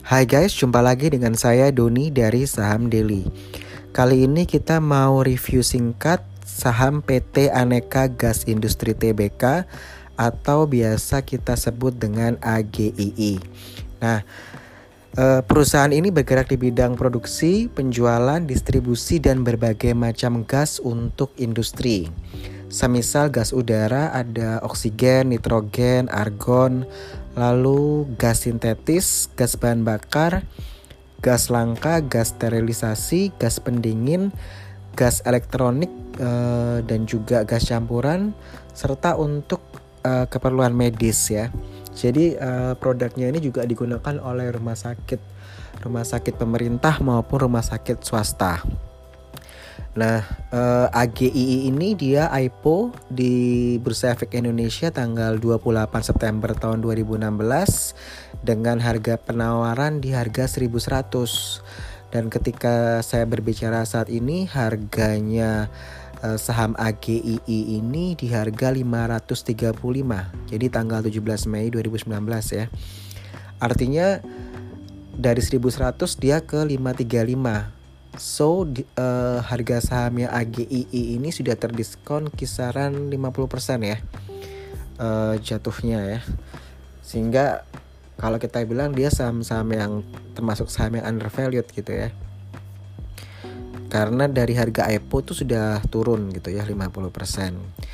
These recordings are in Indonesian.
Hai guys, jumpa lagi dengan saya Doni dari Saham Daily. Kali ini kita mau review singkat saham PT Aneka Gas Industri Tbk atau biasa kita sebut dengan AGII. Nah, perusahaan ini bergerak di bidang produksi, penjualan, distribusi, dan berbagai macam gas untuk industri. Semisal gas udara ada oksigen, nitrogen, argon, lalu gas sintetis, gas bahan bakar, gas langka, gas sterilisasi, gas pendingin, gas elektronik, dan juga gas campuran, serta untuk keperluan medis ya. Jadi produknya ini juga digunakan oleh rumah sakit pemerintah maupun rumah sakit swasta. Nah, AGII ini dia IPO di Bursa Efek Indonesia tanggal 28 September tahun 2016 dengan harga penawaran di harga 1.100. Dan ketika saya berbicara saat ini harganya saham AGII ini di harga 535. Jadi tanggal 17 Mei 2019 ya. Artinya dari 1.100 dia ke 535. So harga sahamnya AGII ini sudah terdiskon kisaran 50% ya jatuhnya ya. Sehingga kalau kita bilang dia saham-saham yang termasuk saham yang undervalued gitu ya. Karena dari harga IPO tuh sudah turun gitu ya 50%.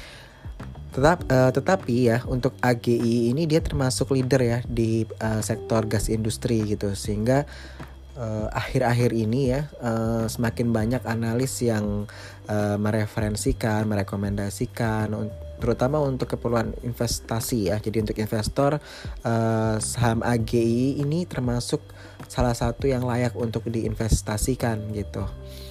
Tetapi ya untuk AGII ini dia termasuk leader ya di sektor gas industri gitu. Sehingga akhir-akhir ini ya semakin banyak analis yang merekomendasikan terutama untuk keperluan investasi ya. Jadi untuk investor saham AGII ini termasuk salah satu yang layak untuk diinvestasikan gitu.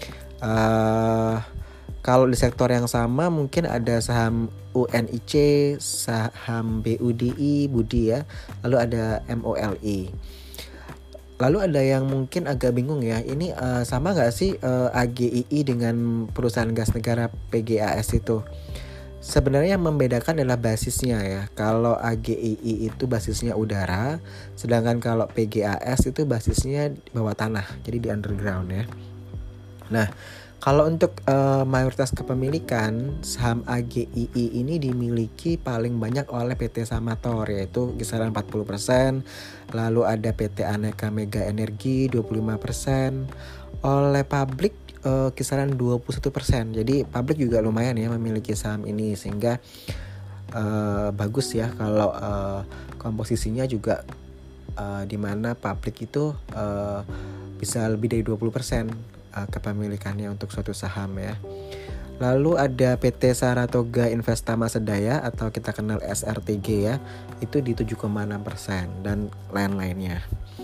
Kalau di sektor yang sama mungkin ada saham UNIC, saham BUDI, Budi ya, lalu ada MOLI. Lalu ada yang mungkin agak bingung ya, ini sama nggak sih AGII dengan perusahaan gas negara PGAS itu? Sebenarnya yang membedakan adalah basisnya ya. Kalau AGII itu basisnya udara, sedangkan kalau PGAS itu basisnya bawah tanah, jadi di underground ya. Nah, kalau untuk mayoritas kepemilikan saham AGII ini dimiliki paling banyak oleh PT Samator yaitu kisaran 40%, lalu ada PT Aneka Mega Energi 25%, oleh publik kisaran 21%. Jadi publik juga lumayan ya memiliki saham ini sehingga bagus ya kalau komposisinya juga di mana publik itu bisa lebih dari 20% kepemilikannya untuk suatu saham ya. Lalu ada PT Saratoga Investama Sedaya atau kita kenal SRTG ya, itu di 7,6% dan lain-lainnya.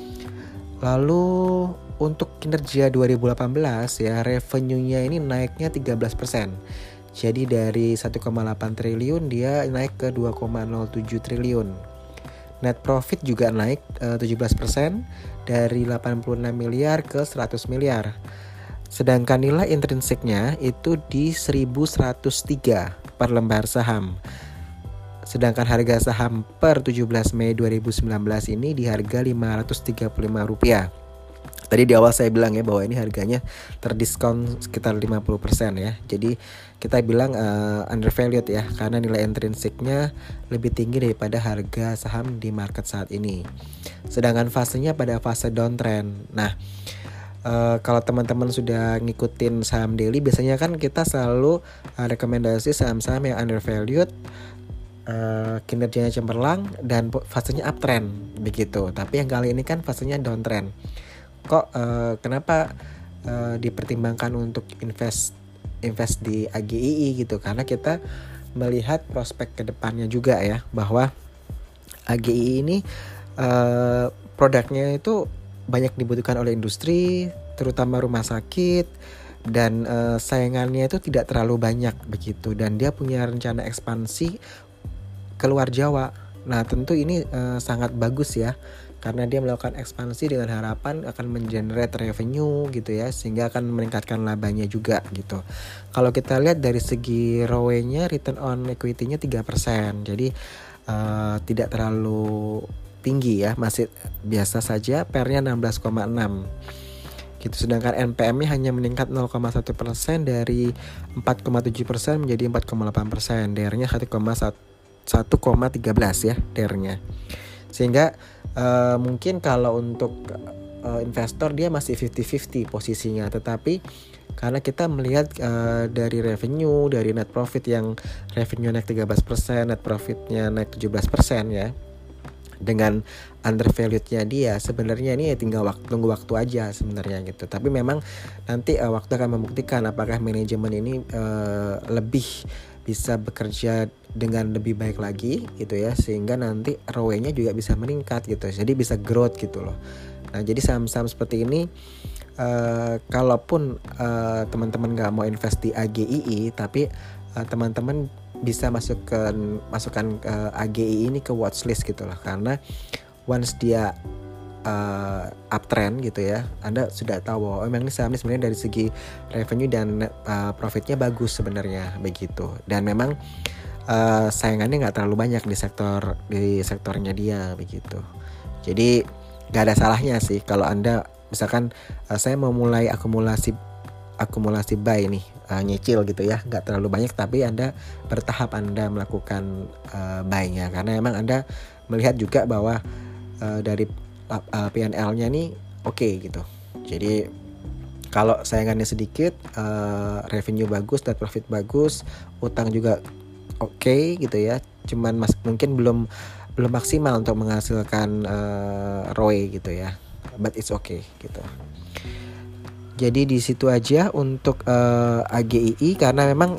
Lalu untuk kinerja 2018 ya, revenue-nya ini naiknya 13%. Jadi dari 1,8 triliun dia naik ke 2,07 triliun. Net profit juga naik 17% dari 86 miliar ke 100 miliar. Sedangkan nilai intrinsiknya itu di 1.103 per lembar saham. Sedangkan harga saham per 17 Mei 2019 ini di harga Rp535. Tadi di awal saya bilang ya bahwa ini harganya terdiskon sekitar 50% ya. Jadi kita bilang undervalued ya karena nilai intrinsiknya lebih tinggi daripada harga saham di market saat ini. Sedangkan fasenya pada fase downtrend. Nah, kalau teman-teman sudah ngikutin saham daily, biasanya kan kita selalu rekomendasi saham-saham yang undervalued, kinerjanya cemerlang dan fasenya uptrend begitu. Tapi yang kali ini kan fasenya downtrend. Kok kenapa dipertimbangkan untuk invest di AGII gitu? Karena kita melihat prospek kedepannya juga ya, bahwa AGII ini produknya itu banyak dibutuhkan oleh industri, terutama rumah sakit, dan saingannya itu tidak terlalu banyak begitu. Dan dia punya rencana ekspansi keluar Jawa. Nah tentu ini sangat bagus ya, karena dia melakukan ekspansi dengan harapan akan mengenerate revenue gitu ya, sehingga akan meningkatkan labanya juga gitu. Kalau kita lihat dari segi ROE-nya, return on equity-nya 3%. Jadi tidak terlalu tinggi ya, masih biasa saja, PER-nya 16,6 gitu. Sedangkan NPM-nya hanya meningkat 0,1% dari 4,7% menjadi 4,8%. DR-nya 1,13 ya DR-nya. Sehingga mungkin kalau untuk investor dia masih 50-50 posisinya, tetapi karena kita melihat dari revenue, dari net profit yang revenue naik 13%, net profitnya naik 17% ya. Dengan undervalued-nya dia, sebenarnya ini ya tinggal tunggu waktu aja sebenarnya gitu. Tapi memang nanti waktu akan membuktikan apakah manajemen ini lebih bisa bekerja dengan lebih baik lagi gitu ya, sehingga nanti ROE-nya juga bisa meningkat gitu. Jadi bisa growth gitu loh. Nah, jadi saham-saham seperti ini kalaupun teman-teman nggak mau invest di AGII, tapi teman-teman bisa masukkan AGI ini ke watchlist gitu loh, karena once dia uptrend gitu ya, Anda sudah tahu bahwa memang ini saham ini sebenarnya dari segi revenue dan profitnya bagus sebenarnya begitu, dan memang saingannya nggak terlalu banyak di sektornya dia begitu. Jadi nggak ada salahnya sih kalau Anda misalkan saya mau mulai akumulasi buy nih, nyicil gitu ya, nggak terlalu banyak, tapi Anda bertahap Anda melakukan buy-nya, karena memang Anda melihat juga bahwa dari P&L-nya nih oke gitu. Jadi kalau saingannya sedikit, revenue bagus, net profit bagus, utang juga oke gitu ya, cuman mungkin belum maksimal untuk menghasilkan ROE gitu ya, but it's okay gitu. Jadi di situ aja untuk AGII, karena memang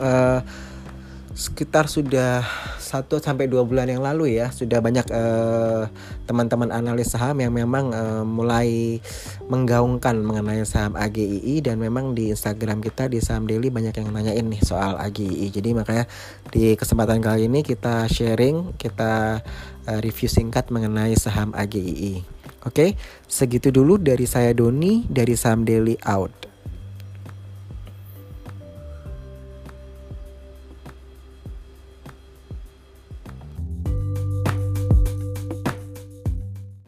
sekitar sudah 1-2 bulan yang lalu ya, sudah banyak teman-teman analis saham yang memang mulai menggaungkan mengenai saham AGII, dan memang di Instagram kita di Saham Daily banyak yang nanyain nih soal AGII. Jadi makanya di kesempatan kali ini kita sharing, kita review singkat mengenai saham AGII. Oke, segitu dulu dari saya Doni dari Saham Daily out.